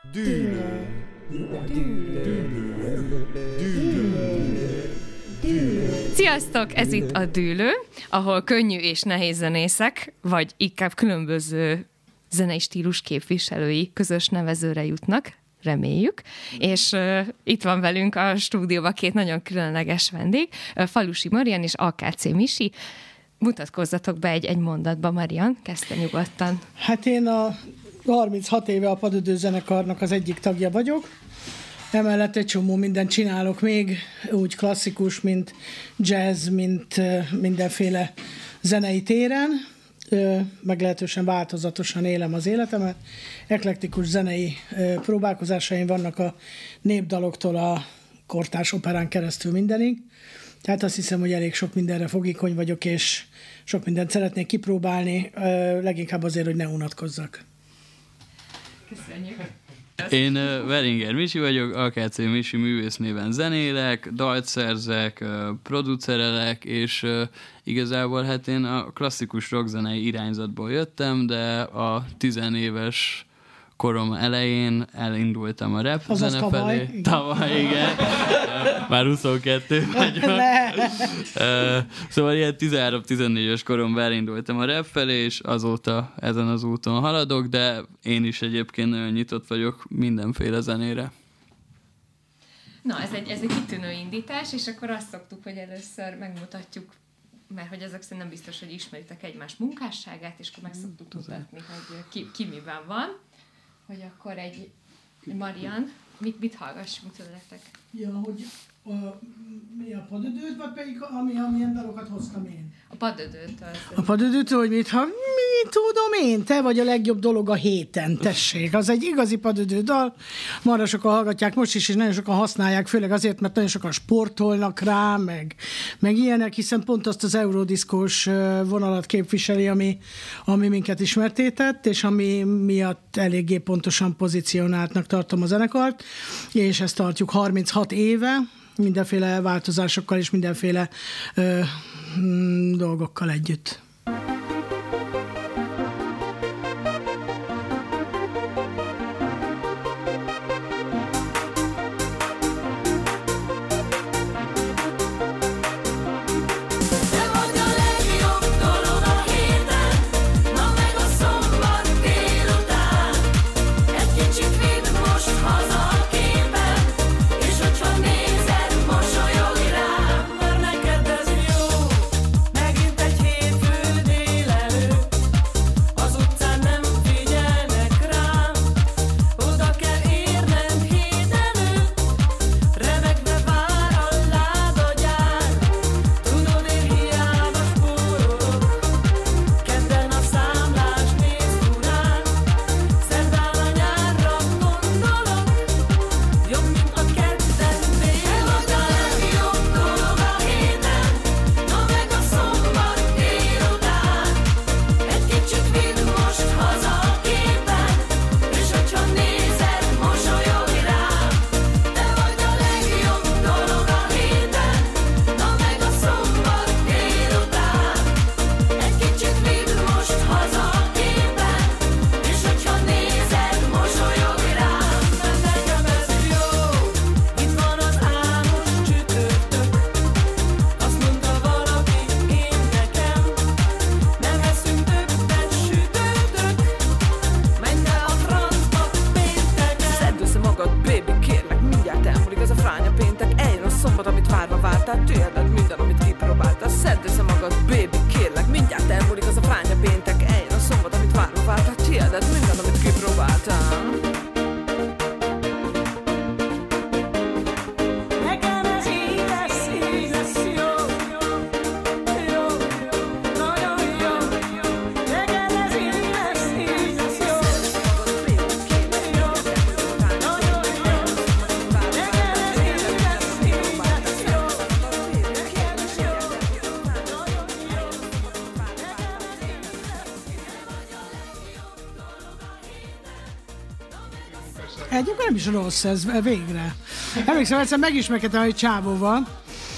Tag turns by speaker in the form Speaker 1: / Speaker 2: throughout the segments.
Speaker 1: Sziasztok! Ez itt a Dűlő, ahol könnyű és nehéz zenészek, vagy inkább különböző zenei stílus képviselői közös nevezőre jutnak, reméljük. És itt van velünk a stúdióban két nagyon különleges vendég, Falusi Marian és Alkácé Misi. Mutatkozzatok be egy mondatba, Marian, kezdte nyugodtan.
Speaker 2: Hát én a 36 éve a Padödő zenekarnak az egyik tagja vagyok. Emellett egy csomó mindent csinálok még, úgy klasszikus, mint jazz, mint mindenféle zenei téren. Meglehetősen változatosan élem az életemet. Eklektikus zenei próbálkozásaim vannak a népdaloktól a kortárs operán keresztül mindenig. Tehát azt hiszem, hogy elég sok mindenre fogékony vagyok, és sok mindent szeretnék kipróbálni, leginkább azért, hogy ne unatkozzak.
Speaker 1: Köszönjük.
Speaker 3: Én Veringer Misi vagyok, AKC Misi művész néven zenélek, dalt szerzek, producerelek, és igazából hát én a klasszikus rockzenei irányzatból jöttem, de a 10 éves korom elején elindultam a rap zene felé. Tavaly, igen. Már 22 vagyok. Szóval ilyen 13-14-es koromban elindultam a rap felé, és azóta ezen az úton haladok, de én is egyébként nagyon nyitott vagyok mindenféle zenére.
Speaker 1: Na, ez egy kitűnő indítás, és akkor azt szoktuk, hogy először megmutatjuk, mert hogy ezek szerint nem biztos, hogy ismeritek egymás munkásságát, és akkor meg szoktuk mutatni, hogy ki miben van. Hogy akkor egy Marian, mit hallgassunk tőletek?
Speaker 2: Ja, hogy mi a Padödőt, vagy pedig amilyen dalokat hoztam én?
Speaker 1: A Padödőtől.
Speaker 2: A Padödőtől, hogy mit tudom én, te vagy a legjobb dolog a héten, tessék. Az egy igazi Padödő dal, marra sokan hallgatják most is, és nagyon sokan használják, főleg azért, mert nagyon sokan sportolnak rá, meg ilyenek, hiszen pont azt az eurodiszkós vonalat képviseli, ami minket ismertétett, és ami miatt eléggé pontosan pozícionáltnak tartom a zenekart, és ezt tartjuk 36 éve, mindenféle változásokkal és mindenféle dolgokkal együtt. Egyébként nem is rossz ez, végre. Emlékszem, egyszer megismerkedtem egy csávóval,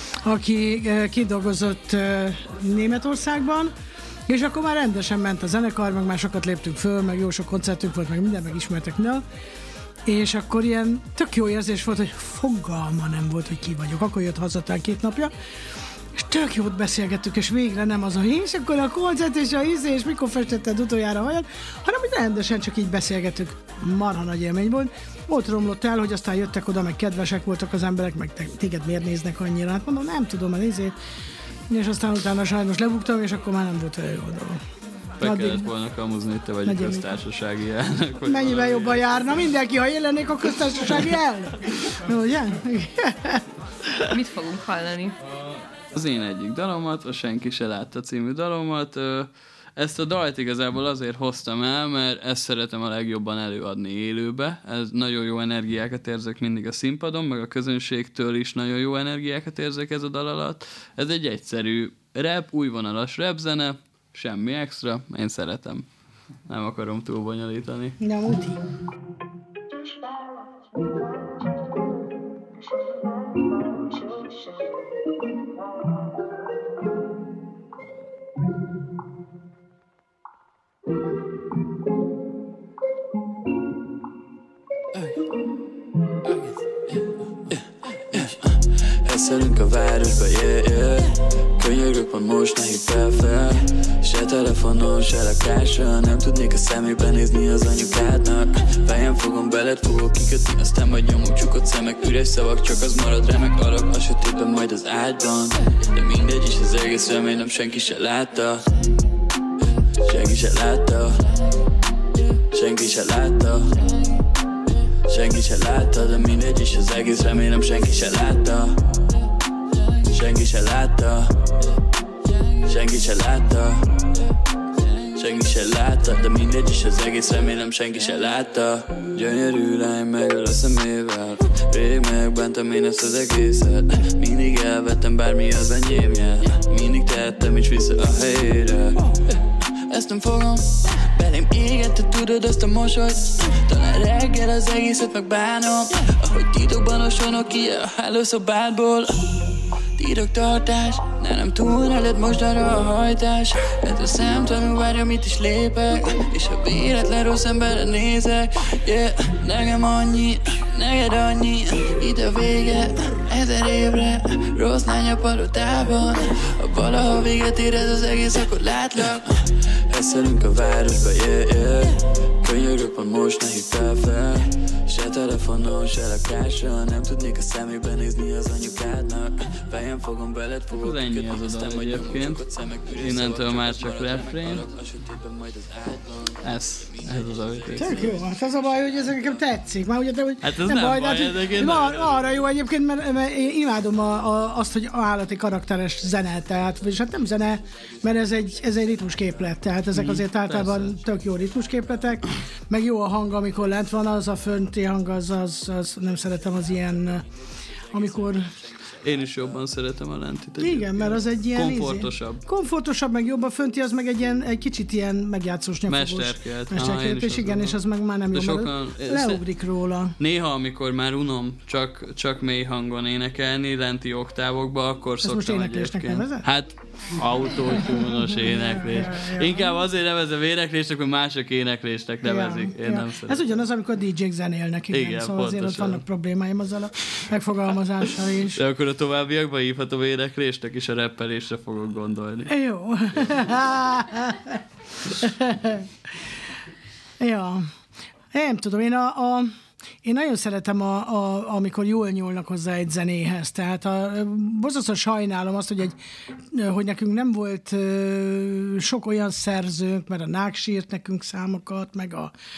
Speaker 2: aki kidolgozott Németországban, és akkor már rendesen ment a zenekar, meg már sokat léptünk föl, meg jó sok koncertünk volt, meg minden, meg ismertek minden. és akkor ilyen tök jó érzés volt, hogy fogalma nem volt, hogy ki vagyok. Akkor jött haza 2 napja, és tök jót beszélgettük, és végre nem az, hogy és akkor a koncert, és a íze, és mikor festetted utoljára hajad, hanem hogy rendesen csak így beszélgettük. Marha nagy élmény volt. Ott romlott el, hogy aztán jöttek oda, meg kedvesek voltak az emberek, meg téged miért néznek annyira? Hát mondom, nem tudom, az izé. És aztán utána sajnos lebuktam, és akkor már nem volt olyan jó dolog.
Speaker 3: Be kellett volna kamuzni, hogy te vagy a köztársasági elnök.
Speaker 2: Mennyivel jobban járna mindenki, ha én lennék a köztársasági elnök? Ugye?
Speaker 1: Mit fogunk hallani?
Speaker 3: Az én egyik dalomat, a Senki se látta című dalomat. Ezt a dalt igazából azért hoztam el, mert ezt szeretem a legjobban előadni élőbe. Ez nagyon jó energiákat érzek mindig a színpadon, meg a közönségtől is nagyon jó energiákat érzek ez a dal alatt. Ez egy egyszerű rap, újvonalas rap zene, semmi extra, én szeretem. Nem akarom túl bonyolítani.
Speaker 2: Nem, uti.
Speaker 4: Eszelünk a városba, könyörgök, pont most ne hív fel. Se telefonon, se lakásra, nem tudnék a szemébe nézni az anyukádnak. Fejem fogom, beled fogok kikötni, aztán majd nyomok csukott szemek, üres szavak, csak az marad remek alak a sötétben, majd az ágyban. De mindegy is, az egész remélem senki se látta. Senki se látta. Senki se látta. Senki se látta, de mindegy is, az egész remélem senki se látta. Senki se látta. Senki se látta. Senki se látta, de mindegy is, az egész remélem senki se látta. Gyönyörű lány megöl a szemével, rég megbántam én ezt az egészet. Mindig elvettem bármi az enyémje, mindig tettem is vissza a helyére. Ezt nem fogom, belém égette, tudod azt a mosolyt. Talán reggel az egészet megbánom, ahogy titokban osonok ki a hálószobádból. Titoktartás, nem túlneled most arra a hajtás. Ettől szemtanul várja, mit is lépek, és ha véletlen rossz emberre nézek, yeah, nekem annyi, neked annyi, itt a vége, 1000 évre, rossz lány a palotában. Ha valaha véget éred az egész, akkor látlak. Eszelünk a városba, könyörgök, pont most ne hív fel. Se telefonon, se lakásra, nem tudnék a szemébe nézni az anyukádnak. Fejem fogom, beled fogok
Speaker 3: kikötni, aztán majd egyébként. Innentől már csak refrén. Ez az a
Speaker 2: tök jó, hát az a baj, hogy ez nekem tetszik. Már ugye, hogy
Speaker 3: hát ez nem baj,
Speaker 2: arra jó egyébként, mert én imádom azt, hogy állati karakteres zene, tehát, és hát nem zene, mert ez egy ritmusképlet, tehát ezek azért általában tök jó ritmusképletek, meg jó a hang, amikor lent van, az a fönti hang, az nem szeretem az ilyen, amikor...
Speaker 3: Én is jobban szeretem a lentit.
Speaker 2: Igen, mert az egy ilyen...
Speaker 3: Komfortosabb,
Speaker 2: meg jobb, a fönti az meg egy kicsit ilyen megjátszós nyomfogós. Mesterkelt, és igen, és az meg már nem jó, leugrik róla.
Speaker 3: Néha, amikor már unom csak mély hangon énekelni, lenti oktávokba, akkor szoktam
Speaker 2: egyébként. Ezt most éneklésnek nevezed?
Speaker 3: Hát autótúnos éneklés. Inkább azért nevezem éneklésnek, mert mások éneklésnek nevezik. Én nem szeretem.
Speaker 2: Ez ugyanaz, amikor a DJ-k zenélnek, igen, szóval azért ott vannak problémáim azzal a megfogalmazással is.
Speaker 3: De akkor a továbbiakban hívhatom éneklésnek, és a rappelésre fogok gondolni.
Speaker 2: Jó. Ja. Én nem tudom, én nagyon szeretem, amikor jól nyúlnak hozzá egy zenéhez. Tehát borzasztóan sajnálom azt, hogy nekünk nem volt sok olyan szerzőnk, mert a Nák sírt nekünk számokat, meg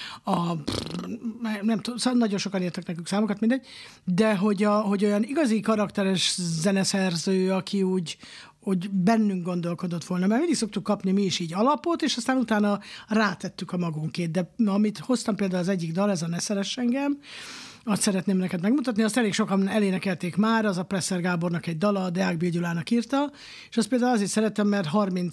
Speaker 2: nem tudom, szóval nagyon sokan írtak nekünk számokat, mindegy, de hogy olyan igazi karakteres zeneszerző, aki úgy bennünk gondolkodott volna, mert mindig szoktuk kapni mi is így alapot, és aztán utána rátettük a magunkét. De amit hoztam például az egyik dal, ez a Ne szeress engem, azt szeretném neked megmutatni, azt elég sokan elénekelték már, az a Presser Gábornak egy dala, a Deák Bill Gyulának írta, és azt például azért szeretem, mert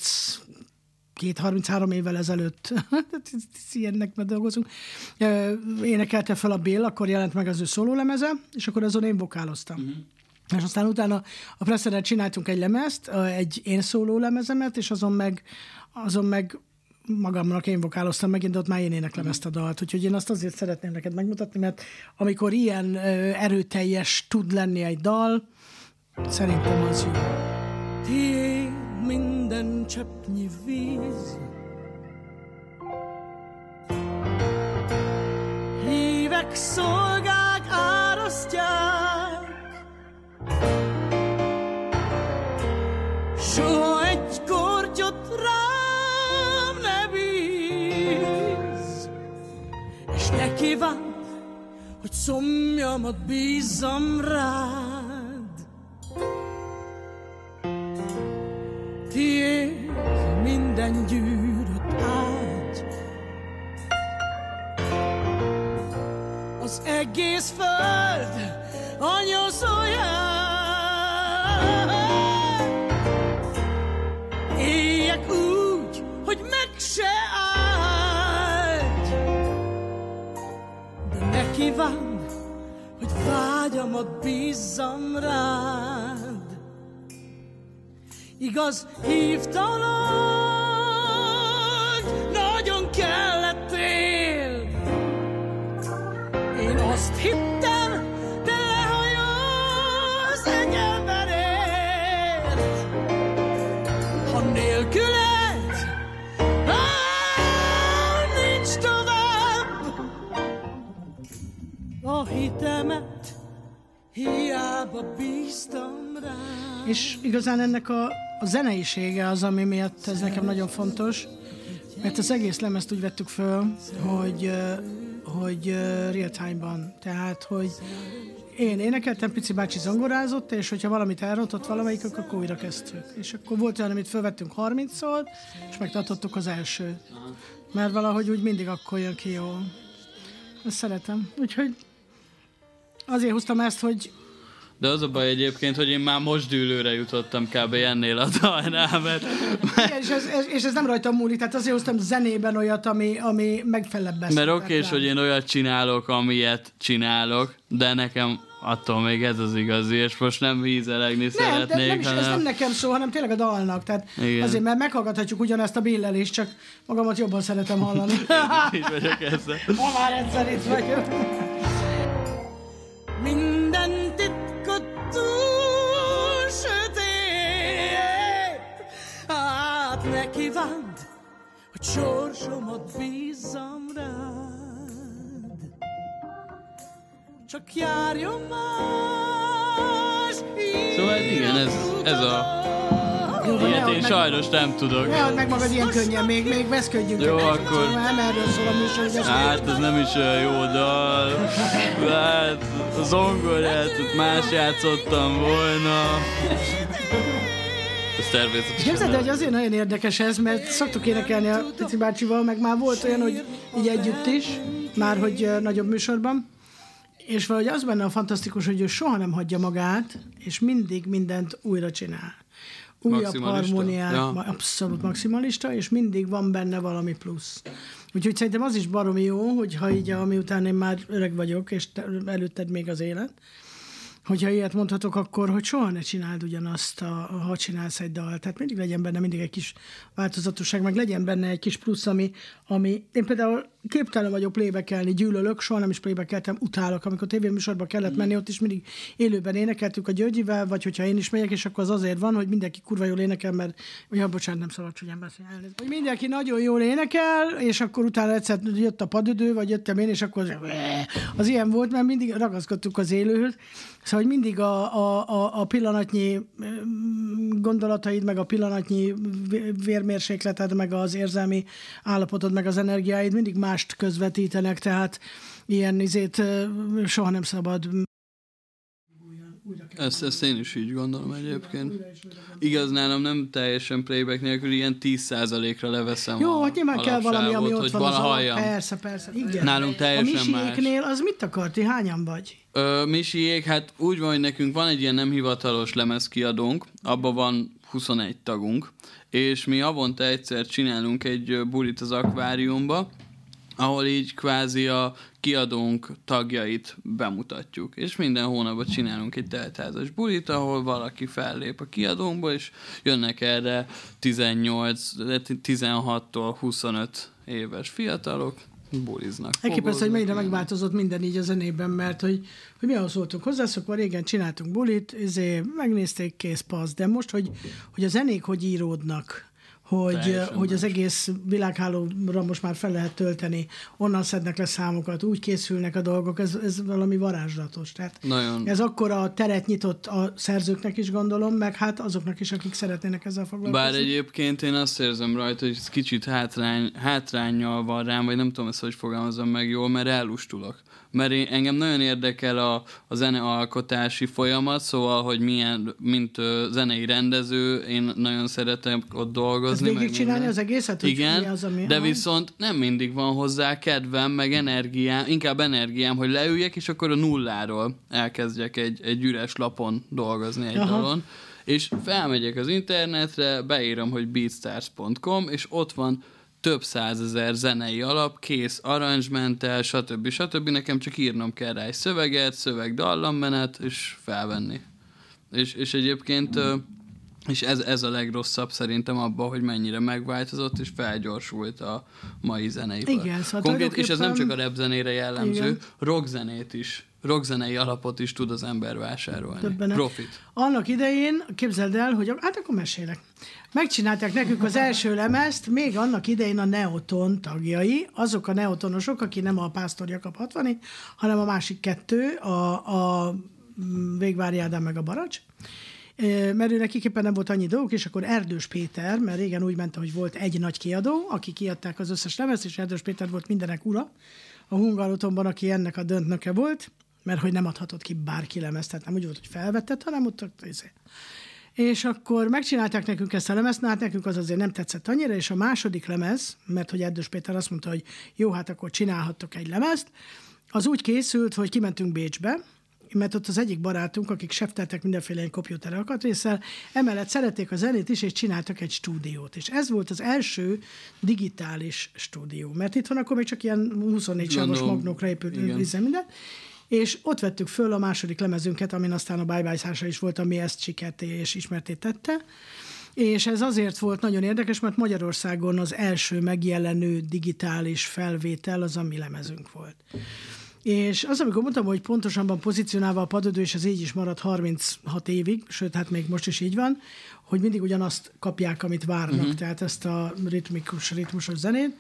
Speaker 2: 32-33 évvel ezelőtt, ilyennek már dolgozunk, énekelte fel a Bill, akkor jelent meg az ő szólólemeze, és akkor azon én vokáloztam. Mm-hmm. És aztán utána a Presserrel csináltunk egy lemezt, egy én szóló lemezemet, és azon meg magamnak én vokáloztam megint, de ott már én éneklem ezt a dalt. Úgyhogy én azt azért szeretném neked megmutatni, mert amikor ilyen erőteljes tud lenni egy dal, szerintem az jó. Tiéd minden cseppnyi víz, hívek, szolgák árasztják, soha egy kortyot rám ne bíz, és ne kívánd, hogy szomjamat bízzam rád. Tiéd minden gyűrött ágy, az egész föld anyózóját. Éljek úgy, hogy meg se állj, de ne kívánd, hogy vágyamat bízzam rád. Igaz, hívtalak, nagyon kellettél. Én azt hittem, te lehajolsz egy emberért. Ha nélküled, nincs tovább. A hitemet hiába bíztam rá. És igazán ennek a zeneisége az, ami miatt ez nekem nagyon fontos, mert az egész lemezt úgy vettük föl, hogy real time-ban. Tehát, hogy én énekeltem, Pici bácsi zongorázott, és hogyha valamit elrontott valamelyikük, akkor újra kezdtük. És akkor volt olyan, amit fölvettünk 30-szor, és megtartottuk az elsőt. Mert valahogy úgy mindig akkor jön ki jól. Ezt szeretem. Úgyhogy azért húztam ezt, hogy
Speaker 3: de az a baj egyébként, hogy én már most dűlőre jutottam kb. Ennél a dalnál, mert...
Speaker 2: Igen, és ez nem rajtam múlik, tehát azért hoztam zenében olyat, ami megfelelőbb beszél.
Speaker 3: Mert okés, hogy én olyat csinálok, amilyet csinálok, de nekem attól még ez az igazi, és most nem vízelegni szeretnék,
Speaker 2: nem is, hanem... Ez nem nekem szó, hanem tényleg a dalnak, tehát igen. Azért, mert meghallgathatjuk ugyanezt a billelést, csak magamat jobban szeretem hallani.
Speaker 3: Így vagyok ezzel.
Speaker 2: Ma már egyszer itt vagyok. Minden titkot túl sötét, hát ne kívánd, hogy sorsomat bízzam rád. Csak járjon más.
Speaker 3: Szóval igen, ez a... Ilyet én sajnos nem tudok.
Speaker 2: Ne add meg magad ilyen könnyen, még veszködjünk.
Speaker 3: Jó, akkor...
Speaker 2: Nem erről szól a műsor, hogy
Speaker 3: hát ez nem is olyan jó dal. Hát a zongorát más játszottam volna. Ez természetesen.
Speaker 2: Képzeld, hogy azért nagyon érdekes ez, mert szoktuk énekelni a Pici bácsival, meg már volt olyan, hogy így együtt is, már hogy nagyobb műsorban. És valahogy az benne a fantasztikus, hogy ő soha nem hagyja magát, és mindig mindent újra csinál. Újabb harmóniát, ja. Abszolút maximalista, és mindig van benne valami plusz. Úgyhogy szerintem az is baromi jó, hogyha így, miután én már öreg vagyok, és előtted még az élet, hogyha ilyet mondhatok, akkor, hogy soha ne csináld ugyanazt, ha csinálsz egy dalt. Tehát mindig legyen benne mindig egy kis változatosság, meg legyen benne egy kis plusz, ami én például képtelen vagyok playback-elni, gyűlölök, soha nem is playback-eltem, utálok. Amikor tévéműsorba kellett menni, ott is mindig élőben énekeltük a Györgyivel, vagy hogyha én is megyek, és akkor az azért van, hogy mindenki kurva jól énekel, mert olyan, bocsánat, nem szabad csúnyán beszélni. Hogy mindenki nagyon jól énekel, és akkor utána egyszer jött a padödő, vagy jöttem én, és akkor az ilyen volt, mert mindig ragaszkodtuk az élőhöz. Szóval, hogy mindig a pillanatnyi gondolataid, meg a pillanatnyi vérmérsékleted, meg az érzelmi állapotod, meg az energiáid mindig mást közvetítenek, tehát ilyen soha nem szabad.
Speaker 3: Ezt én is így gondolom egyébként. Igaz, nálam nem teljesen playback nélkül, ilyen 10%-ra leveszem.
Speaker 2: Jó, hát nyilván kell valami, ami ott van az alap. Persze. Igen.
Speaker 3: Nálunk teljesen más.
Speaker 2: A Misiéknél az mit akarti? Hányan vagy?
Speaker 3: Misiék, hát úgy van, hogy nekünk van egy ilyen nem hivatalos lemezkiadónk, abban van 21 tagunk, és mi havonta egyszer csinálunk egy bulit az akváriumba, ahol így kvázi a kiadónk tagjait bemutatjuk. És minden hónapban csinálunk egy teltházas bulit, ahol valaki fellép a kiadónkba, és jönnek erre 16-tól 25 éves fiatalok, buliznak.
Speaker 2: Elképesztő, hogy mennyire megváltozott minden így a zenében, mert hogy mi ahhoz voltunk hozzászokva, régen csináltunk bulit, megnézték, kész, passz, de most, hogy a zenék hogy íródnak, hogy az egész világhálóra most már fel lehet tölteni, onnan szednek le számokat, úgy készülnek a dolgok, ez valami varázslatos. Tehát nagyon. Ez akkora teret nyitott a szerzőknek is, gondolom, meg hát azoknak is, akik szeretnének ezzel foglalkozni. Bár
Speaker 3: egyébként én azt érzem rajta, hogy ez kicsit hátránnyal van rám, vagy nem tudom ezt, hogy fogalmazom meg jól, mert ellustulok. Mert engem nagyon érdekel a zenealkotási folyamat, szóval, hogy milyen, mint zenei rendező, én nagyon szeretem ott dolgozni.
Speaker 2: Ezt végigcsinálni az egészet?
Speaker 3: Igen,
Speaker 2: mi az, ami
Speaker 3: de viszont nem mindig van hozzá kedvem, meg energiám, inkább energiám, hogy leüljek, és akkor a nulláról elkezdjek egy üres lapon dolgozni egy dalon. És felmegyek az internetre, beírom, hogy beatstars.com, és ott van több 100 000 zenei alap, kész arrangementtel, stb. Nekem csak írnom kell rá egy szöveget, szöveg-dallammenet, és felvenni. És egyébként és ez a legrosszabb szerintem abban, hogy mennyire megváltozott, és felgyorsult a mai zeneipar.
Speaker 2: Igen, szóval
Speaker 3: és ez nem csak a rap zenére jellemző, rockzenét is. Rockzenei alapot is tud az ember vásárolni.
Speaker 2: Többenek.
Speaker 3: Profit.
Speaker 2: Annak idején, képzeld el, hogy hát akkor mesélek. Megcsinálták nekünk az első lemezt, még annak idején a Neoton tagjai, azok a neotonosok, aki nem a Pásztor Jakab 60, hanem a másik kettő, a Végvári Ádám meg a Baracs. Mert ő nekik éppen nem volt annyi dolgok, és akkor Erdős Péter, mert régen úgy ment, hogy volt egy nagy kiadó, aki kiadták az összes lemezt, és Erdős Péter volt mindenek ura. A Hungarotonban, aki ennek a döntnöke volt, mert hogy nem adhatott ki bárki lemezt, tehát nem úgy volt, hogy felvetted, hanem ott és akkor megcsinálták nekünk ezt a lemezt, hát nekünk az azért nem tetszett annyira, és a második lemez, mert hogy Erdős Péter azt mondta, hogy jó, hát akkor csinálhattok egy lemezt, az úgy készült, hogy kimentünk Bécsbe, mert ott az egyik barátunk, akik sefteltek mindenféle ilyen komputer alkatrésszel, emellett szerették a zenét is, és csináltak egy stúdiót. És ez volt az első digitális stúdió. Mert itt van akkor még csak ilyen 24 sávos magnókra épült minden. És ott vettük föl a második lemezünket, amin aztán a Bye Bye Sasha is volt, ami ezt sikerté és ismerté tette. És ez azért volt nagyon érdekes, mert Magyarországon az első megjelenő digitális felvétel az a mi lemezünk volt. És az, amikor mondtam, hogy pontosabban pozícionálva a Padödő, és ez így is maradt 36 évig, sőt, hát még most is így van, hogy mindig ugyanazt kapják, amit várnak, tehát ezt a ritmusos zenét.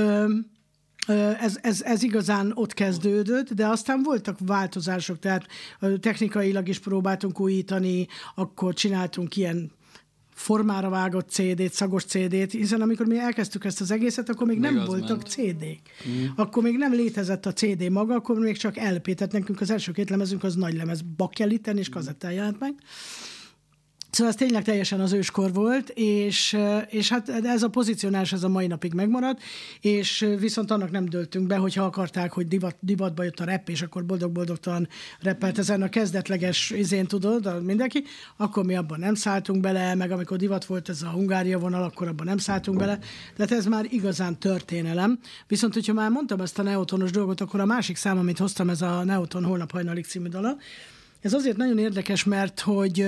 Speaker 2: Ez igazán ott kezdődött, de aztán voltak változások, tehát technikailag is próbáltunk újítani, akkor csináltunk ilyen formára vágott CD-t, szagos CD-t, hiszen amikor mi elkezdtük ezt az egészet, akkor még nem voltak CD-k. Akkor még nem létezett a CD maga, akkor még csak LP, tehát nekünk az első két lemezünk az nagy lemez, bakkeliten és kazettán jelent meg. Szóval ez tényleg teljesen az őskor volt, és hát ez a pozicionálás ez a mai napig megmaradt, és viszont annak nem döltünk be, hogyha akarták, hogy divatba jött a rap, és akkor boldog-boldogtalan rappelt ezen a kezdetleges izén, tudod, mindenki, akkor mi abban nem szálltunk bele, meg amikor divat volt ez a Hungária vonal, akkor abban nem szálltunk bele, tehát ez már igazán történelem. Viszont, hogyha már mondtam ezt a neotonos dolgot, akkor a másik szám, amit hoztam, ez a Neoton Holnap hajnalig című dala, ez azért nagyon érdekes, mert hogy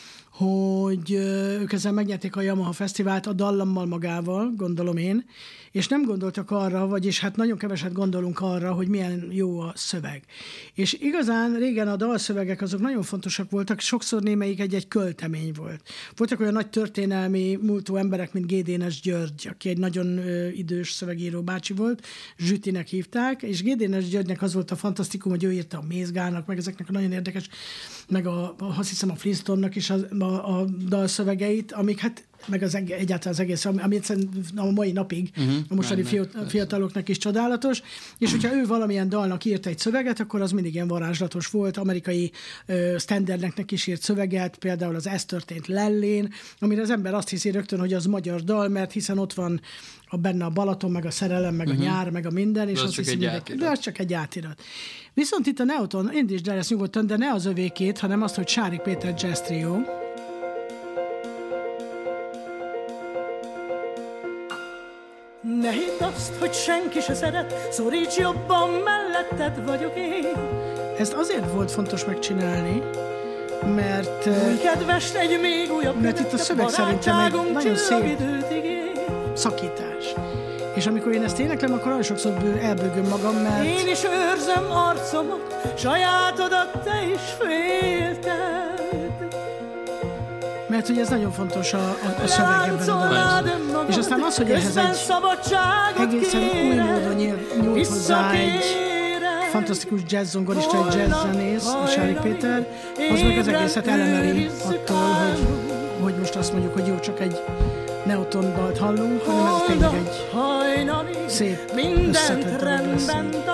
Speaker 2: ők ezzel megnyerték a Yamaha Fesztivált a dallammal magával, gondolom én, és nem gondoltak arra, vagyis hát nagyon keveset gondolunk arra, hogy milyen jó a szöveg. És igazán régen a dalszövegek azok nagyon fontosak voltak, sokszor némelyik egy költemény volt. Voltak olyan nagy történelmi múltú emberek, mint G. Dénes György, aki egy nagyon idős szövegíró bácsi volt, Zsütinek hívták, és G. Dénes Györgynek az volt a fantasztikum, hogy ő írta a Mézgának, meg ezeknek a nagyon érdekes, meg azt hiszem a Flintstonenak is a dalszövegeit, amik hát meg egyáltalán az egész, ami a mai napig a mostani fiataloknak is csodálatos, és hogyha ő valamilyen dalnak írt egy szöveget, akkor az mindig ilyen varázslatos volt, amerikai standardnek is írt szöveget, például az Ez történt Lellén, amire az ember azt hiszi rögtön, hogy az magyar dal, mert hiszen ott van benne a Balaton, meg a szerelem, meg a nyár, meg a minden, és azt hiszi mindenki. De az csak egy átirat. Viszont itt a Neoton, indítsd el ezt nyugodtan, de ne az övékét, hanem azt, hogy Sárik Péter Jazz Trio. Ne hidd azt, hogy senki se szeret, szoríts jobban, melletted vagyok én. Ezt azért volt fontos megcsinálni, mert kedves legy még újabb, mert itt a szöveg szerintem egy nagyon szép szakítás. És amikor én ezt éneklem, akkor nagyon sokszor elbőgöm magam, mert én is őrzöm arcomat, sajátodat te is félted. Mert ugye ez nagyon fontos a szöveg ebben a dalban. És aztán az, hogy ehhez egy egészen új módon nyújt hozzá egy fantasztikus jazz-zongorista, egy jazzzenész, a Sárik Péter, az meg az egészet elemeli attól, hogy most azt mondjuk, hogy jó, csak egy neoton dalt hallunk, hanem ez tényleg egy szép, összetett dolog lesz.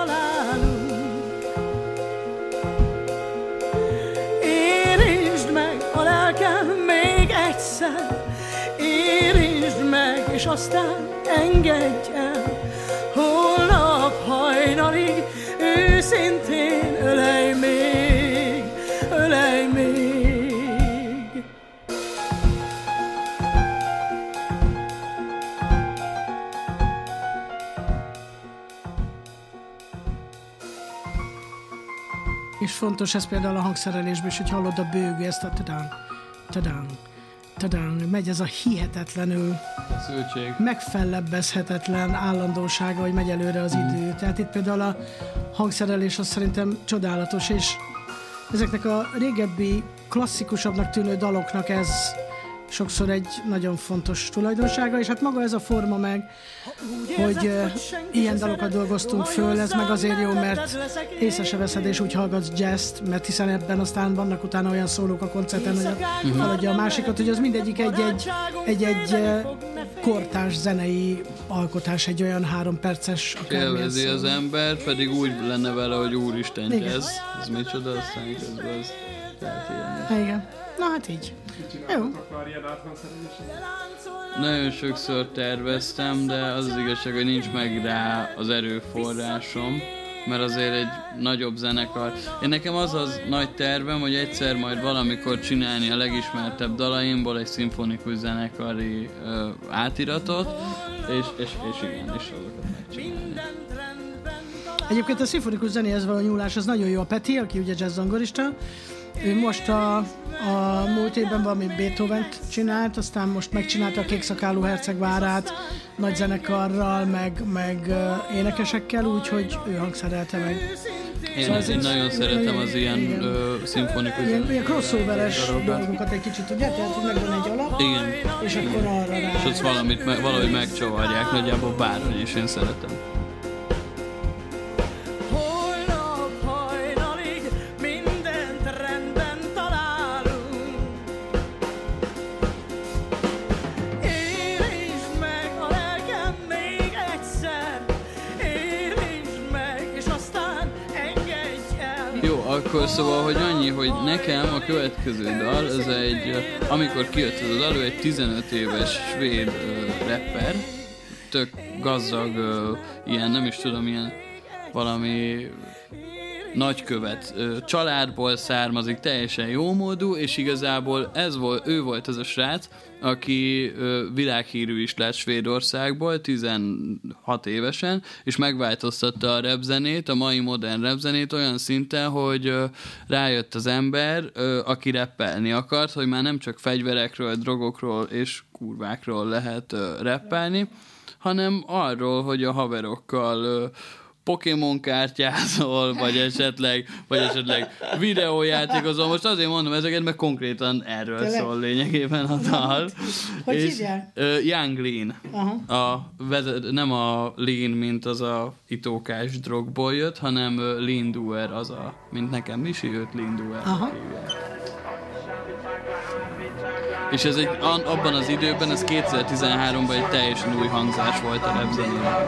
Speaker 2: Érintsd meg a lelkem még egyszer, érintsd meg, és aztán engedj el. Holnap hajnalig őszintén ölej még, ölej még. És fontos ez például a hangszerelésben is, hogy hallod a bőgő, ezt a tadán, megy ez a hihetetlenül megfellebbezhetetlen állandósága, hogy megy előre az idő. Tehát itt például a hangszerelés az szerintem csodálatos, és ezeknek a régebbi, klasszikusabbnak tűnő daloknak ez sokszor egy nagyon fontos tulajdonsága, és hát maga ez a forma meg, hogy ilyen dalokat dolgoztunk föl, ez meg azért jó, mert észre se veszed, és úgy hallgatsz jazzt, mert hiszen ebben aztán vannak utána olyan szólók a koncerten, hogy haladja a másikat, hogy az mindegyik egy kortárs zenei alkotás, egy olyan 3 perces akármilyen.
Speaker 3: Élvezi az ember, pedig úgy lenne vele, hogy úristen jazz, ez micsoda, aztán közben az
Speaker 2: igen. Na hát így. Jó.
Speaker 3: Nagyon sokszor terveztem, de az az igazság, hogy nincs meg rá az erőforrásom, mert azért egy nagyobb zenekar. Én nekem az nagy tervem, hogy egyszer majd valamikor csinálni a legismertebb dalaimból egy szimfonikus zenekari átiratot, és igen, és azokat megcsinálni.
Speaker 2: Egyébként a szimfonikus zenéhez való nyúlás az nagyon jó. A Peti, aki ugye jazz-zongorista, ő most a múlt évben valami Beethovent csinált, aztán most megcsinálta a Kékszakálú hercegvárát nagy zenekarral, meg énekesekkel, úgyhogy ő hangszerelte meg.
Speaker 3: Én nagyon szeretem az ilyen szimfonikus
Speaker 2: ilyen crossoveres dolgokat egy kicsit, ugye? Tehát, hogy megvan egy alap,
Speaker 3: igen.
Speaker 2: És akkor arra rá.
Speaker 3: És ott valahogy megcsavarják, nagyjából bárhogy is én szeretem. Akkor szóval, hogy annyi, hogy nekem a következő dal, ez amikor kijött ez a dal, ő egy 15 éves svéd rapper, tök gazdag, ilyen, nem is tudom, ilyen valami nagykövet családból származik, teljesen jómódú, és igazából ő volt ez a srác, aki világhírű is lett Svédországból 16 évesen, és megváltoztatta a rapzenét, a mai modern rapzenét olyan szinten, hogy rájött az ember, aki rappelni akart, hogy már nem csak fegyverekről, drogokról és kurvákról lehet rappelni, hanem arról, hogy a haverokkal Pokémon kártyázol, vagy esetleg videójátékozol. Most azért mondom ezeket, mert konkrétan erről szól lényegében a dal.
Speaker 2: Hogy hívják?
Speaker 3: Young Lean. Nem a lean, mint az a itókás drogból jött, hanem Lean Doer, mint nekem Misi, őt Lean Doer hívják. És ez abban az időben, ez 2013-ban egy teljesen új hangzás volt a rapzenében.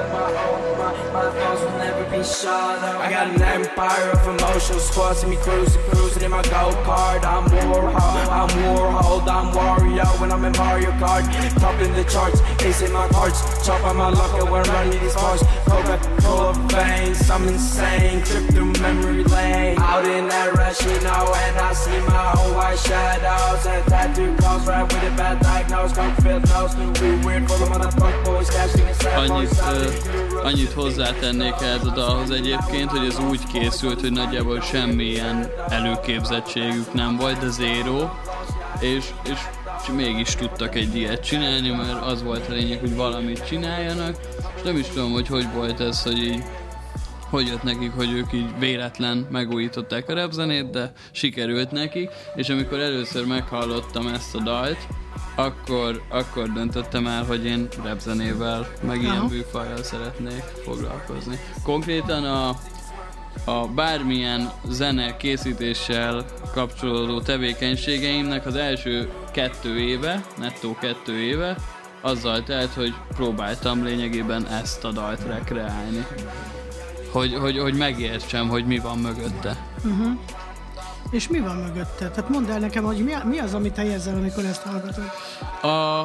Speaker 3: I got an empire of emotional squad, see me cruising in my gold card. I'm Warhol, I'm Wario when I'm in Mario Kart. Top in the charts, ace my cards, chop on my luck when I'm running these cars. Coca-Cola veins, I'm insane, trip through memory lane. Out in that rush, and I see my own white shadows and tattoo calls Annyit hozzátennék ehhez a dalhoz egyébként, hogy ez úgy készült, hogy nagyjából semmilyen előképzettségük nem volt, de zero, és mégis tudtak egy ilyet csinálni, mert az volt a lényeg, hogy valamit csináljanak, és nem is tudom, hogy volt ez, hogy így hogy jött nekik, hogy ők így véletlen megújították a rapzenét, de sikerült nekik, és amikor először meghallottam ezt a dalt, akkor döntöttem el, hogy én rapzenével, meg ilyen műfajjal szeretnék foglalkozni. Konkrétan a bármilyen zene készítéssel kapcsolódó tevékenységeimnek az első 2 éve, nettó 2 éve, azzal telt, hogy próbáltam lényegében ezt a dalt rekreálni. Hogy megértsem, hogy mi van mögötte.
Speaker 2: Uh-huh. És mi van mögötte? Tehát mondd el nekem, hogy mi az, amit te érzel, amikor ezt hallgatod?
Speaker 3: A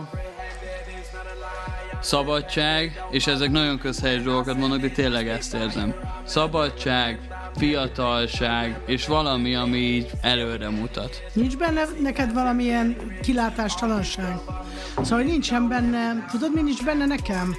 Speaker 3: szabadság, és ezek nagyon közhelyes dolgokat mondok, de tényleg ezt érzem. Szabadság, fiatalság, és valami, ami így előre mutat.
Speaker 2: Nincs benne neked valamilyen kilátástalanság? Szóval nincsen benne, tudod mi nincs benne nekem?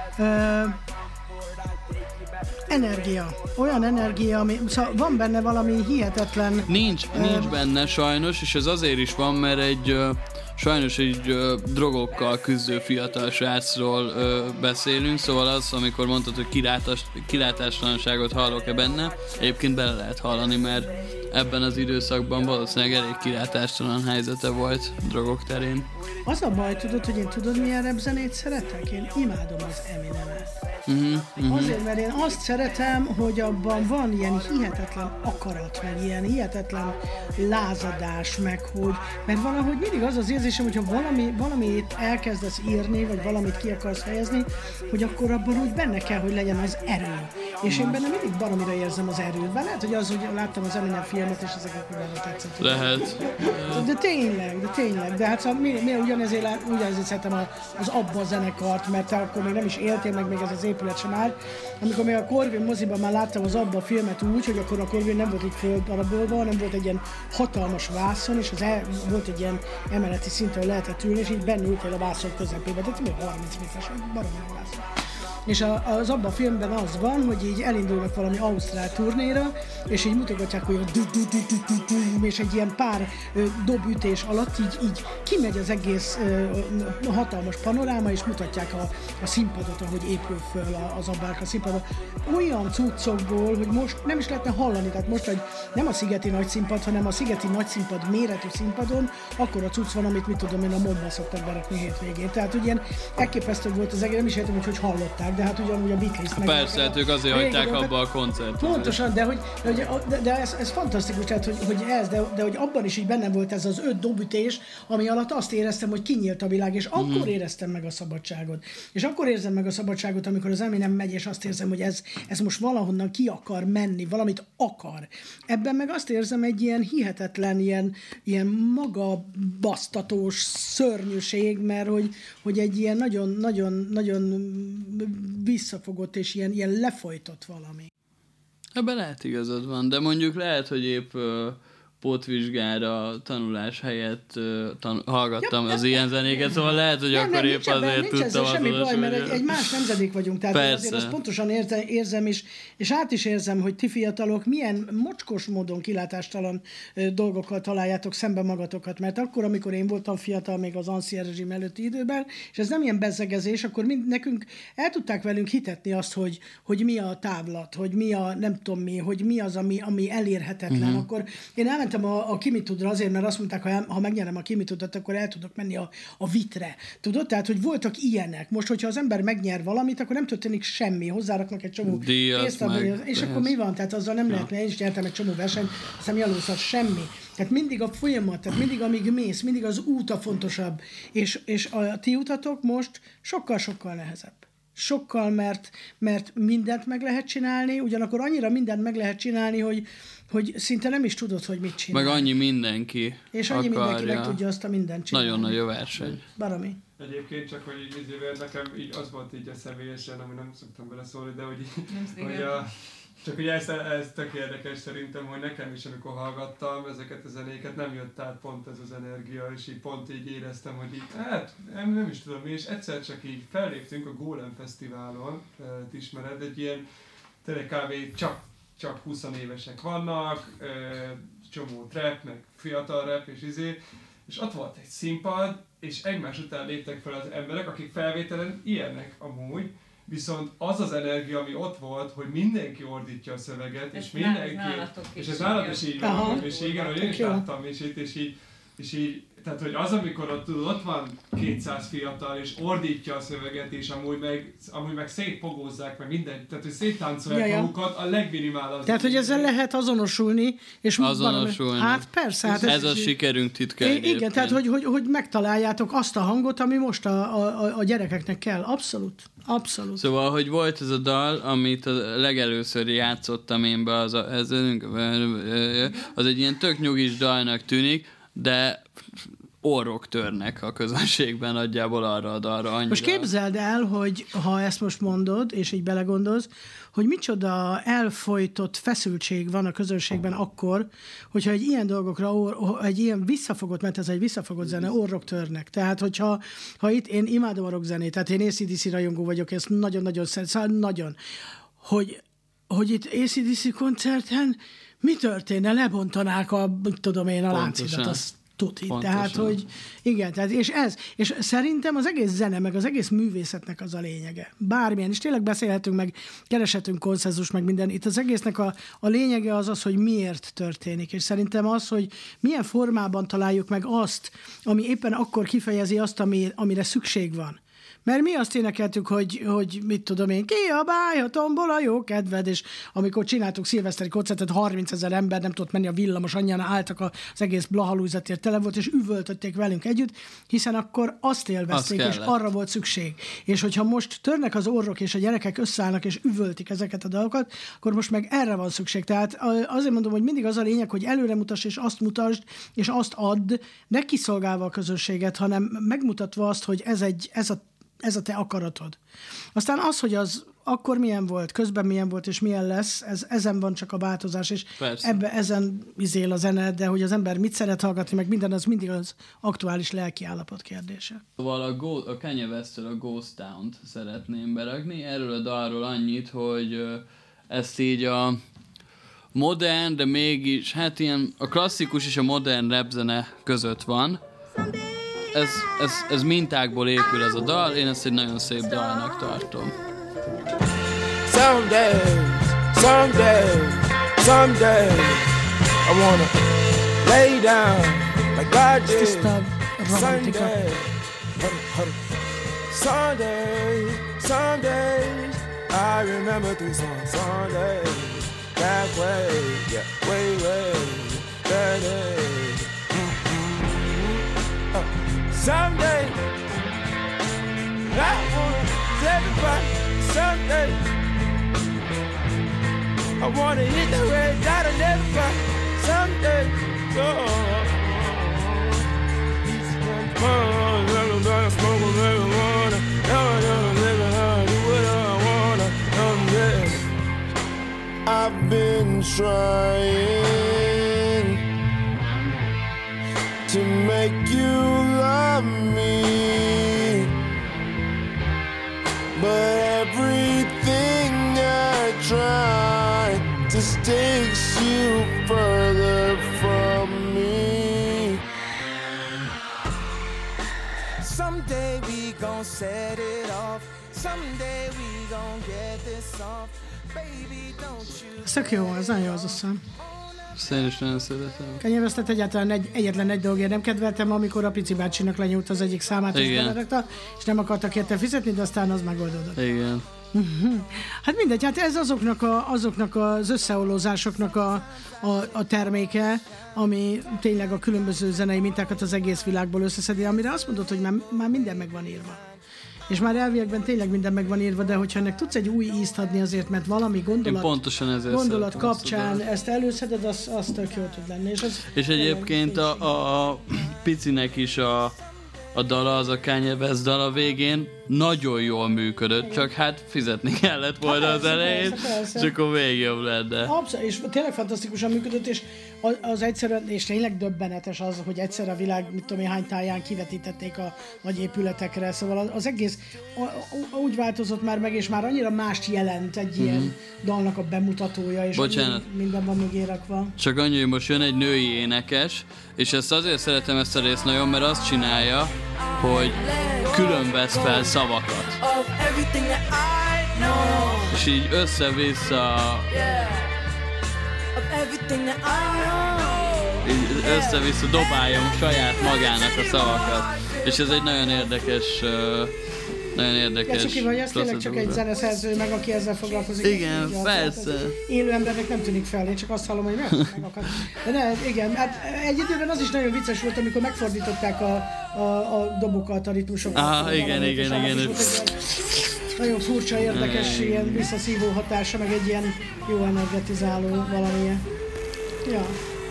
Speaker 2: Energia. Olyan energia, ami... Szóval van benne valami hihetetlen...
Speaker 3: Nincs benne sajnos, és ez azért is van, mert sajnos egy drogokkal küzdő fiatal srácról beszélünk, szóval az, amikor mondtad, hogy kilátástalanságot hallok-e benne, egyébként bele lehet hallani, mert ebben az időszakban valószínűleg elég kilátástalan helyzete volt drogok terén.
Speaker 2: Az a baj, hogy én milyen rapzenét szeretek? Én imádom az Eminemet. Azért, mert én azt szeretem, hogy abban van ilyen hihetetlen akarat, meg ilyen hihetetlen lázadás, meg hogy, mert valahogy mindig az az érzésem, hogyha valamit elkezdesz írni, vagy valamit ki akarsz fejezni, hogy akkor abban úgy benne kell, hogy legyen az erő. És én benne mindig baromira érzem az erőt. Bár lehet, hogy az, hogy láttam az Eminem filmet, és ezeket kurvára tetszett.
Speaker 3: Lehet.
Speaker 2: De tényleg. De hát szóval ugyanezért szeretem az Abba zenekart, mert te akkor még nem is éltél, meg még ez az épület sem áll. Amikor még a Corvin moziban már láttam az Abba filmet úgy, hogy akkor a Corvin nem volt így földarabolva, hanem volt egy ilyen hatalmas vászon, és volt egy ilyen emeleti szinten lehetett ülni, és így bennültél a vászon közepébe. Tehát még 30 méteres, baromi vászon. És az abban a filmben az van, hogy így elindulnak valami ausztrál turnéra, és így mutogatják, hogy és egy ilyen pár dobütés alatt így kimegy az egész hatalmas panoráma, és mutatják a színpadot, ahogy épül föl az abbák a színpadot. Olyan cuccokból, hogy most nem is lehetne hallani, tehát most, hogy nem a szigeti nagyszínpad, hanem a szigeti nagyszínpad méretű színpadon, akkor a cucc van, amit mit tudom én, a Modban szoktak berakni hétvégén. Tehát ugye ilyen elképesztő volt az egész, nem is értem, hogy hallották. De hát ugyanúgy a Beatles-nek...
Speaker 3: Persze, hát ők azért hagyták abba a koncertet.
Speaker 2: Pontosan, de ez fantasztikus, tehát, hogy ez, de hogy abban is így benne volt ez az 5 dobütés, ami alatt azt éreztem, hogy kinyílt a világ, és akkor éreztem meg a szabadságot. És akkor érzem meg a szabadságot, amikor az Eminem megy, és azt érzem, hogy ez most valahonnan ki akar menni, valamit akar. Ebben meg azt érzem egy ilyen hihetetlen, ilyen magabasztatós szörnyűség, mert hogy egy ilyen nagyon visszafogott és ilyen lefolytott valami.
Speaker 3: Ebben lehet igazad van, de mondjuk lehet, hogy épp pótvizsgára tanulás helyett hallgattam az ilyen zenéket, szóval lehet, hogy akkor épp azért tudtam
Speaker 2: semmi baj, mert egy más nemzedék vagyunk, tehát azért azt pontosan érzem, és át is érzem, hogy ti fiatalok milyen mocskos módon kilátástalan dolgokkal találjátok szembe magatokat, mert akkor, amikor én voltam fiatal, még az ancien rezsim előtti időben, és ez nem ilyen bezzegezés, akkor nekünk el tudták velünk hitetni azt, hogy mi a távlat, hogy mi a nem tudom mi, hogy mi az, ami elérhetetlen. Akkor én elmentem a Kimitudra azért, mert azt mondták, ha megnyerem a Kimitudat, akkor el tudok menni a Vitre. Tudod? Tehát, hogy voltak ilyenek. Most, hogyha az ember megnyer valamit, akkor nem történik semmi. Hozzáraknak egy csomó pénzt, és akkor mi van? Tehát azzal nem lehet, mert én is nyertem egy csomó versenyt, aztán jalószat semmi. Tehát mindig a folyamat, tehát mindig amíg mész, mindig az út a fontosabb. És a ti utatok most sokkal-sokkal nehezebb. Sokkal, mert mindent meg lehet csinálni, ugyanakkor annyira mindent meg lehet csinálni, hogy szinte nem is tudod, hogy mit csinál.
Speaker 3: Meg annyi mindenki
Speaker 2: és annyi mindenki meg tudja azt a mindent csinálni.
Speaker 3: Nagyon nagy a verseny.
Speaker 2: Baromi.
Speaker 5: Egyébként csak, hogy így nekem így az volt így a személyesen, ami nem szoktam beleszólni, de hogy Csak ugye ez tök érdekes szerintem, hogy nekem is, amikor hallgattam ezeket a zenéket, nem jött át pont ez az energia, és így pont így éreztem, hogy így, hát nem is tudom, és egyszer csak így felléptünk a Golem Fesztiválon, ismered, egy ilyen tényleg kb. Csak 20 évesek vannak, csomó trap, meg fiatal rap, és ott volt egy színpad, és egymás után léptek fel az emberek, akik felvételen ilyenek amúgy, viszont az energia, ami ott volt, hogy mindenki ordítja a szöveget, és mindenki... És ez nálad is így van, és igen, hogy én is láttam, és így, tehát, hogy az, amikor ott van 200 fiatal, és ordítja a szöveget, és amúgy meg szétpogózzák, meg mindent, tehát, hogy széttáncolják magukat, a legminimál az.
Speaker 2: Tehát, hogy ezzel lehet azonosulni, és
Speaker 3: azonosulni.
Speaker 2: Hát persze. Hát
Speaker 3: ez a sikerünk titka.
Speaker 2: Igen, tehát, hogy megtaláljátok azt a hangot, ami most a gyerekeknek kell. Abszolút.
Speaker 3: Szóval, hogy volt ez a dal, amit a legelőször játszottam én be, az egy ilyen tök nyugis dalnak tűnik, de orrok törnek a közönségben nagyjából arra a dalra annyira.
Speaker 2: Most képzeld el, hogy ha ezt most mondod, és így belegondolsz, hogy micsoda elfojtott feszültség van a közönségben akkor, hogyha egy ilyen dolgokra, egy ilyen visszafogott, mert ez egy visszafogott zene, orrok törnek. Tehát, hogyha itt én imádom a rockzenét, tehát én AC/DC rajongó vagyok, ezt nagyon-nagyon szeretem, nagyon, hogy itt AC/DC koncerten mi történne, lebontanák a láncidat, azt tuti. Tehát, hogy igen, tehát, és szerintem az egész zene, meg az egész művészetnek az a lényege. Bármilyen, és tényleg beszélhetünk, meg kereshetünk konszenzus, meg minden. Itt az egésznek a lényege az, hogy miért történik. És szerintem az, hogy milyen formában találjuk meg azt, ami éppen akkor kifejezi azt, amire szükség van. Mert mi azt énekeltük, hogy mit tudom én, kiabálj a tombol a jó kedved, és amikor csináltuk szilveszteri koncertet, 30 000 ember nem tudott menni a villamos, annyian álltak, az egész Blahalújzatért tele volt, és üvöltötték velünk együtt, hiszen akkor azt élvezték, és arra volt szükség. És hogyha most törnek az orrok, és a gyerekek összeállnak, és üvöltik ezeket a dolgokat, akkor most meg erre van szükség. Tehát azért mondom, hogy mindig az a lényeg, hogy előre mutasd, és azt mutasd, és azt add, ne kiszolgálva a közönséget, hanem megmutatva azt, hogy ez a te akaratod. Aztán az, hogy az akkor milyen volt, közben milyen volt, és milyen lesz, ezen van csak a változás, és ezen izél a zene, de hogy az ember mit szeret hallgatni, meg minden, az mindig az aktuális lelki állapot kérdése.
Speaker 3: Szóval a Kanye West-től a Ghost Town-t szeretném berakni. Erről a dalról annyit, hogy ezt így a modern, de mégis, hát ilyen a klasszikus és a modern rapzene között van. Ez mintákból épül ez a dal, én ezt egy nagyon szép dalnak tartom. Someday I wanna lay down like God did. Someday I remember 3 songs. Sunday, that way, yeah, way, that day. Someday, I wanna tell everybody. Someday, I wanna hit the red dot and everybody. Someday, so smoke marijuana. Do what I wanna. I've been trying to make you love me, but everything I try just takes you further from me. Someday we gon' set it off. Someday we gon' get this off. Baby, don't you. Ez tök jó, ez nagyon jó az a szám. Én is nagyon szeretem. Kanye Westet egyetlen egy dolgért nem kedveltem, amikor a Pici bácsinak lenyúlt az egyik számát, és belerakta, és nem akartak érte fizetni, de aztán az megoldódott. Igen. Hát mindegy, hát ez azoknak az összeollózásoknak a terméke, ami tényleg a különböző zenei mintákat az egész világból összeszedi, amire azt mondod, hogy már minden meg van írva. És már elviekben tényleg minden meg van írva, de hogyha ennek tudsz egy új ízt adni azért, mert valami gondolat kapcsán ezt előszeded, az tök jó tud lenni. És egyébként a Picinek is a a dala, az a Kanye West dala végén nagyon jól működött, csak hát fizetni kellett volna az elején, és akkor még jobb lenne.
Speaker 2: Abszolút, és tényleg fantasztikusan működött, és az egyszerűen, és tényleg döbbenetes az, hogy egyszer a világ, mit tudom én, hány táján kivetítették a nagy épületekre, szóval az egész úgy változott már meg, és már annyira mást jelent egy ilyen dalnak a bemutatója, és minden van mögé rakva.
Speaker 3: Csak annyi, hogy most jön egy női énekes, és ezt azért szeretem ezt a részt nagyon, mert azt csinálja, hogy külön vesz fel szavakat. És így össze-vissza össze-vissza dobálja saját magának a szavakat. És ez egy nagyon érdekes
Speaker 2: csak vagy, ez tényleg csak egy zeneszerző meg, aki ezzel foglalkozik.
Speaker 3: Igen, persze.
Speaker 2: Élő embernek nem tűnik fel, én csak azt hallom, hogy megakad. De igen, hát egy időben az is nagyon vicces volt, amikor megfordították a dobokat, a ritmusokat.
Speaker 3: Igen.
Speaker 2: Nagyon furcsa, érdekes, ilyen visszaszívó hatása, meg egy ilyen jó energetizáló valamilyen. Ja.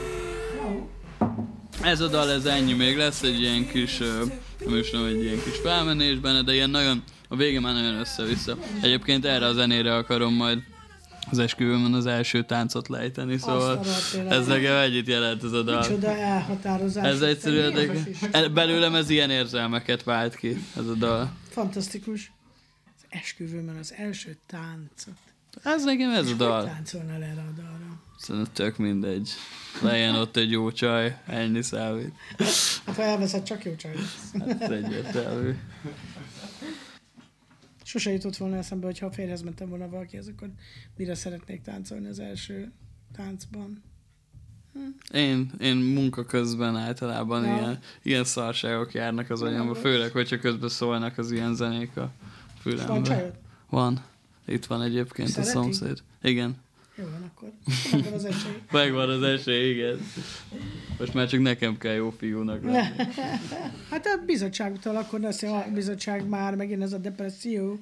Speaker 3: Ez a dal, ez ennyi, még lesz egy ilyen kis, nem is tudom, egy ilyen kis felmenés benne, de ilyen nagyon, a vége már nagyon össze-vissza. Egyébként erre a zenére akarom majd az esküvőmön az első táncot lejteni, szóval ez nekem együtt jelent ez a dal.
Speaker 2: Micsoda elhatározás.
Speaker 3: Ez egyszerűen, belőlem ez ilyen érzelmeket vált ki, ez a dal.
Speaker 2: Fantasztikus. Az esküvőmön az első táncot.
Speaker 3: Ez nekem ez a dal.
Speaker 2: Hogy táncolnál erre a dalra?
Speaker 3: Szerintem tök mindegy. Legyen ott egy jó csaj, ennyi számít.
Speaker 2: Hát ha elveszed, csak jó csaj lesz.
Speaker 3: Hát ez egyértelmű.
Speaker 2: Sose jutott volna eszembe, hogy ha férjhez mentem volna valakihez, akkor mire szeretnék táncolni az első táncban.
Speaker 3: Én munka közben általában ilyen szarságok járnak az agyamba, főleg, hogyha közben szólnak az ilyen zenék a fülembe.
Speaker 2: Van csajod?
Speaker 3: Van. Itt van egyébként a szomszéd. Igen.
Speaker 2: Jó van, akkor megvan az esély.
Speaker 3: Megvan az esély, igen. Most már csak nekem kell jó fiúnak lenni.
Speaker 2: Hát a bizottságtól akkor lesz a bizottság már, megint ez a depresszió.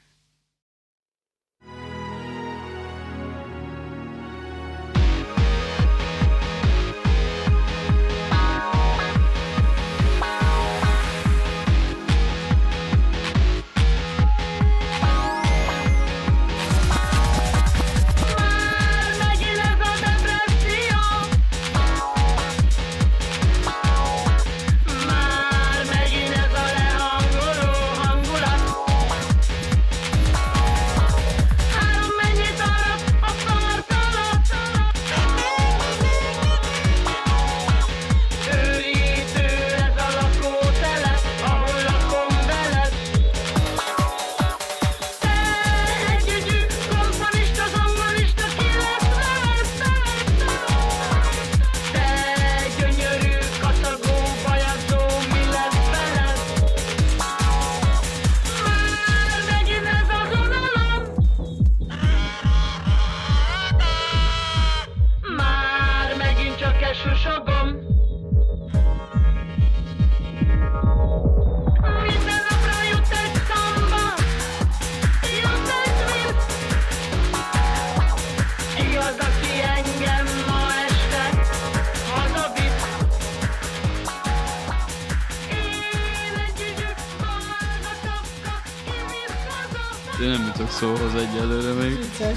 Speaker 3: Én nem jutok szóhoz egyelőre még.
Speaker 2: Vicces.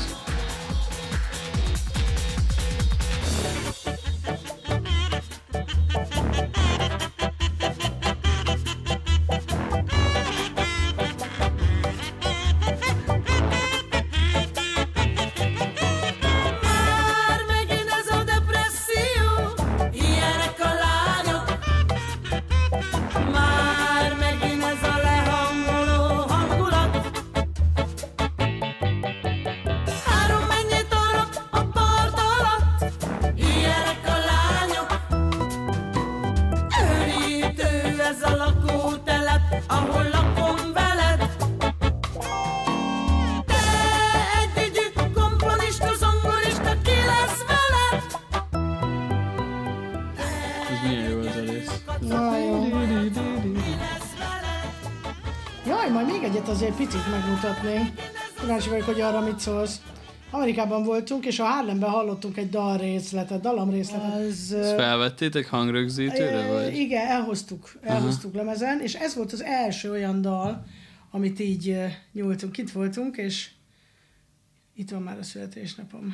Speaker 2: Jaj, majd még egyet azért picit megmutatnék. Kíváncsi vagyok, hogy arra mit szólsz. Amerikában voltunk, és a Harlemben hallottunk egy dallamrészletet.
Speaker 3: Ezt felvettétek hangrögzítőre, vagy?
Speaker 2: Igen, elhoztuk lemezen, és ez volt az első olyan dal, amit így nyúltunk, itt voltunk, és itt van már a születésnapom.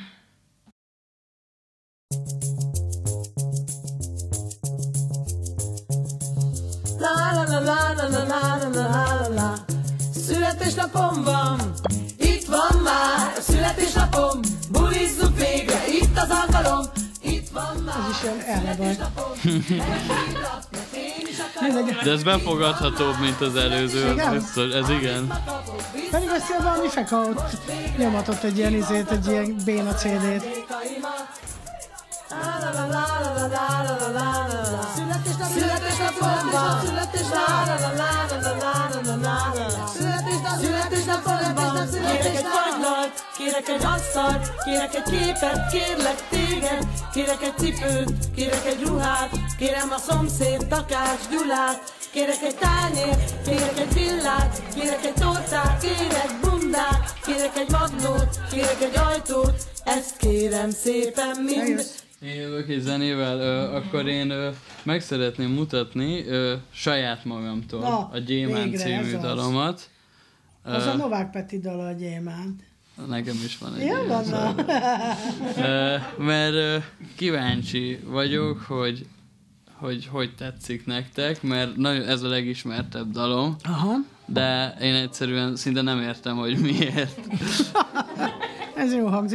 Speaker 6: La la la la la la la la la la. Születésnapom van, itt van már a születésnapom, bulizzunk végre, itt az alkalom, itt van már.
Speaker 2: Ez is olyan elmebaj.
Speaker 3: De ez befogadhatóbb, mint az előző, az biztos, ez igen.
Speaker 2: Pedig ezt valami feka ott nyomatott egy ilyen egy ilyen béna CD-t. Születésnapom van, születésnapom van, kérek egy kagylalt, kérek egy asztalt, kérek egy képet, kérlek téged, kérek egy cipőt, kérek egy ruhát, kérem a szomszéd Takács Gyulát, kérek egy tányért, kérek egy villát, kérek egy tortát, kérek bundát, kérek egy magnót, kérek egy ajtót, ezt kérem szépen mind.
Speaker 3: Én jövök egy zenével, akkor én meg szeretném mutatni saját magamtól a Gyémánt című dalomat.
Speaker 2: Az a Novák Peti dala, a Gyémánt.
Speaker 3: Nekem is van egy ilyen. Mert kíváncsi vagyok, hogy tetszik nektek, mert nagyon, ez a legismertebb dalom.
Speaker 2: Aha.
Speaker 3: De én egyszerűen szinte nem értem, hogy miért.
Speaker 2: Ez jó hangzik.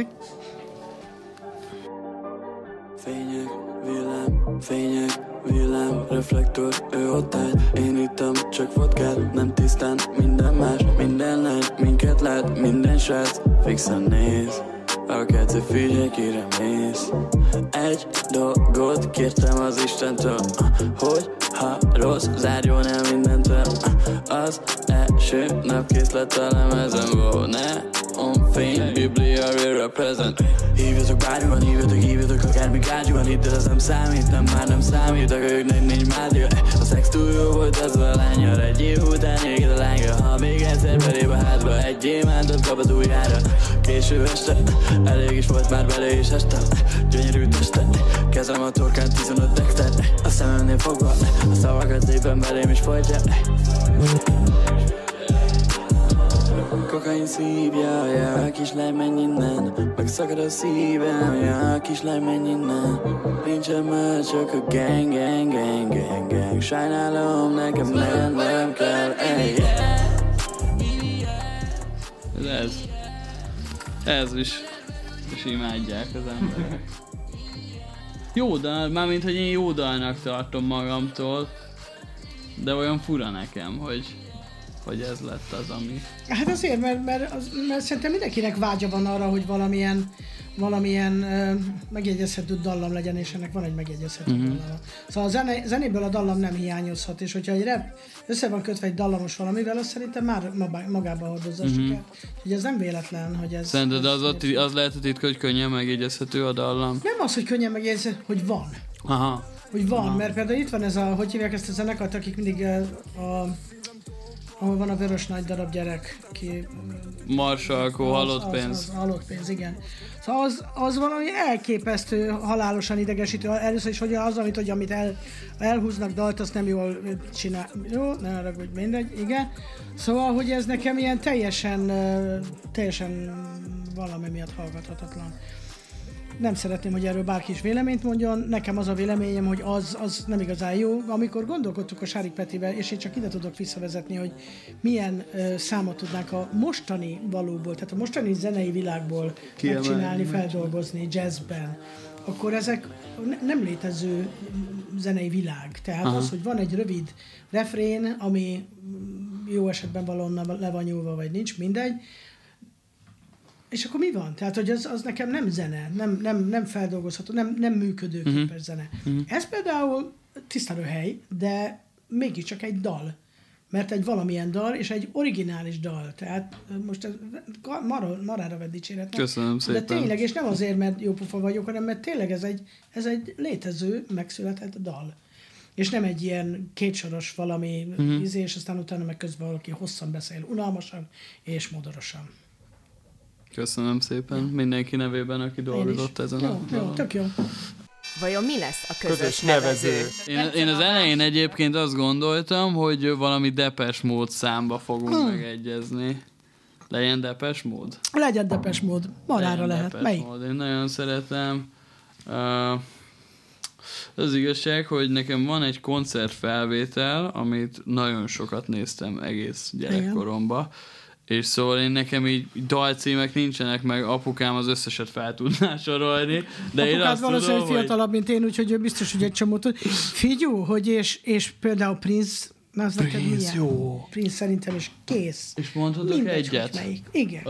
Speaker 4: Fények, villám, reflektor, ő ott áll. Én ittam csak vodkát, nem tisztán minden más. Minden lány, minket lát, minden srác fixen néz. Akárcsak figyelj, kire mész. Egy dolgot kértem az Istentől, hogy ha rossz, zárjon el mindentől. Az első napkészlet a lemezem, fény, Biblia, real represent. Hívjatok bármiban, hívjatok akármi gágyúban. Itt ez nem számít, nem számít. Akarjuk négy mádia. A szex túl jó volt, az a lányra. Egy év után éged a lányra. Ha még egyszer belébb a házba, egy gyémántot kap az ujjára. Késő este, elég is volt már bele és estem. Gyönyörű teste, kezem a torkán 15 dexter. A szememnél fogva, a szavakat szépen belém is folytja. Kokain szívja, ja, kislány menj innen. Megszakad a szívem, ja, kislány menj innen. Nincsen már csak a gang, gang, gang, gang, gang. Sajnálom, nekem nem kell, ey.
Speaker 3: Ez is imádják az emberek. Jó dal, mármint, hogy én jó dalnak tartom magamtól, de olyan fura nekem, hogy ez lett az, ami...
Speaker 2: Hát azért, mert szerintem mindenkinek vágya van arra, hogy valamilyen megjegyezhető dallam legyen, és ennek van egy megjegyezhető dallam. Szóval a zenéből a dallam nem hiányozhat, és hogyha egy rap össze van kötve egy dallamos valamivel, az szerintem már magába hordozza a sikert. Úgyhogy ez nem véletlen, hogy ez...
Speaker 3: Szerinted az lehet a titka, hogy könnyen megjegyezhető a dallam?
Speaker 2: Nem az, hogy könnyen megjegyezhető, hogy van.
Speaker 3: Aha.
Speaker 2: Hogy van, mert például itt van ez a, hogy hívják ezt a zenekart, akik mindig ahol van a vörös nagy darab gyerek, ki...
Speaker 3: Marsalkó, halott pénz.
Speaker 2: Halott pénz, igen. Szóval az valami elképesztő, halálosan idegesítő. Először is, hogy amit elhúznak dalt, azt nem jól csinál. Jó, ne haragudj, mindegy, igen. Szóval, hogy ez nekem ilyen teljesen valami miatt hallgathatatlan. Nem szeretném, hogy erről bárki is véleményt mondjon. Nekem az a véleményem, hogy az nem igazán jó. Amikor gondolkodtuk a Sárik Petivel, és én csak ide tudok visszavezetni, hogy milyen számot tudnánk a mostani valóból, tehát a mostani zenei világból megcsinálni, feldolgozni jazzben, akkor ezek nem létező zenei világ. Tehát az, hogy van egy rövid refrén, ami jó esetben valahonnan le van nyúlva, vagy nincs, mindegy. És akkor mi van? Tehát, hogy az nekem nem zene, nem feldolgozható, nem működőképes zene. Ez például tiszta röhely, de mégiscsak egy dal. Mert egy valamilyen dal, és egy originális dal. Tehát most marára vett dicséret.
Speaker 3: Köszönöm szépen.
Speaker 2: De tényleg, és nem azért, mert jópofa vagyok, hanem mert tényleg ez egy létező, megszületett dal. És nem egy ilyen kétsoros valami és aztán utána meg közben valaki hosszan beszél, unalmasan és modorosan.
Speaker 3: Köszönöm szépen mindenki nevében, aki dolgozott ezen a
Speaker 2: Jó, tök jó.
Speaker 7: Vajon mi lesz a közös nevező?
Speaker 3: Én az elején egyébként azt gondoltam, hogy valami Depeche Mode számba fogunk megegyezni. Legyen Depeche Mode?
Speaker 2: Legyen Depeche Mode. Marára lehet. Melyik?
Speaker 3: Én nagyon szeretem. Az igazság, hogy nekem van egy koncertfelvétel, amit nagyon sokat néztem egész gyerekkoromban. És szóval nekem így dalcímek nincsenek meg, apukám az összeset fel tudná sorolni. De
Speaker 2: apukád
Speaker 3: én azt
Speaker 2: valószínűleg
Speaker 3: tudom,
Speaker 2: fiatalabb, mint én, úgyhogy ő biztos, hogy egy csomót tud. Figyú, hogy és például Prince, az neked milyen?
Speaker 3: Jó.
Speaker 2: Prince szerintem is kész.
Speaker 3: És mondhatok
Speaker 2: Mindegy,
Speaker 3: egyet?
Speaker 2: hogy melyik. Igen.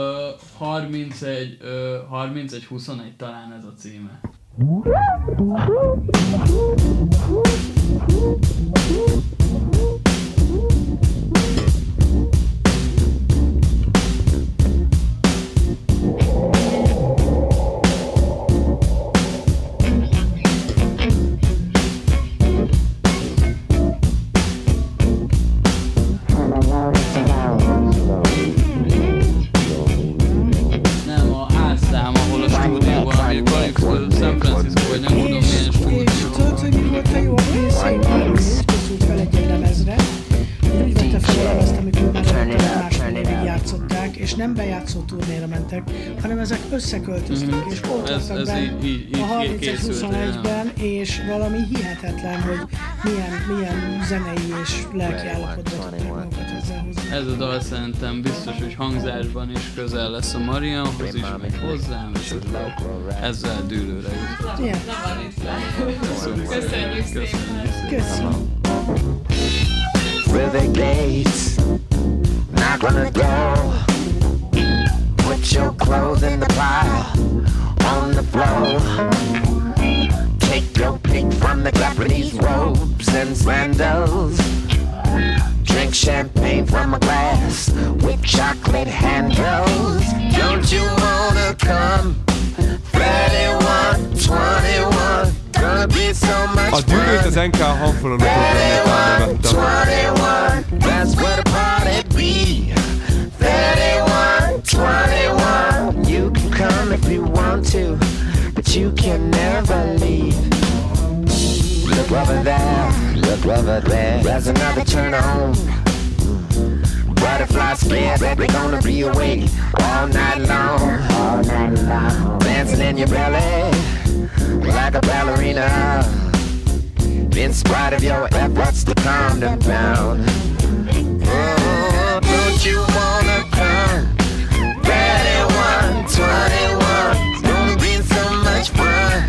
Speaker 3: 31-21 talán ez a címe. Nem, a ászám, ahol a stúdióban, ami San Francisco, vagy nem tudom milyen stúdió.
Speaker 2: És tudod, hogy mi volt a jó a Prince-nek? Úgy készült fel egy lemezre, úgy vette fel a lemezt, amikor már másfél évig játszották, és nem bejátszó turnéra mentek, hanem ezek összeköltöztek, és ott voltak benne a 31-21-ben, és valami hihetetlen, hogy milyen zenei és lelki állapotban tudták magukat ezzel hozni.
Speaker 3: Ez a dal szerintem biztos, hogy hangzásban is közel lesz a Marianhoz is, meg hozzám, és ezzel dűlőre jut.
Speaker 2: Yeah.
Speaker 1: Köszönjük szépen!
Speaker 2: Köszönöm.
Speaker 8: Through the gates, knock on the door. Put your clothes in the pile on the floor. Take your pick from the Japanese robes and sandals. Drink champagne from a glass with chocolate handles. Don't you wanna come? 31, 21. Gonna be so much
Speaker 9: A Dühöt az NK Hanfalon a programját támogatta.
Speaker 8: 21, that's where the party be. 31, 21. You can come if you want to, but you can never leave. Look over there, look over there. There's another turn on. Butterflies scared that they're gonna be awake all night long. All night long. Dancing in your belly like a ballerina, in spite of your efforts to calm them down. Oh, don't you wanna come? 31, 21, gonna be so much fun.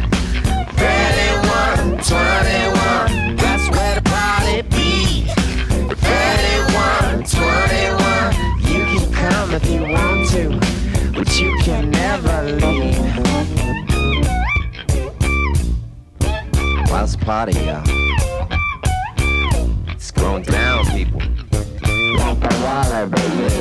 Speaker 8: 31, 21, that's where the party be. 31, 21, you can come if you want to, but you can never leave. What's the party, y'all? It's going down, people. Like the water, baby.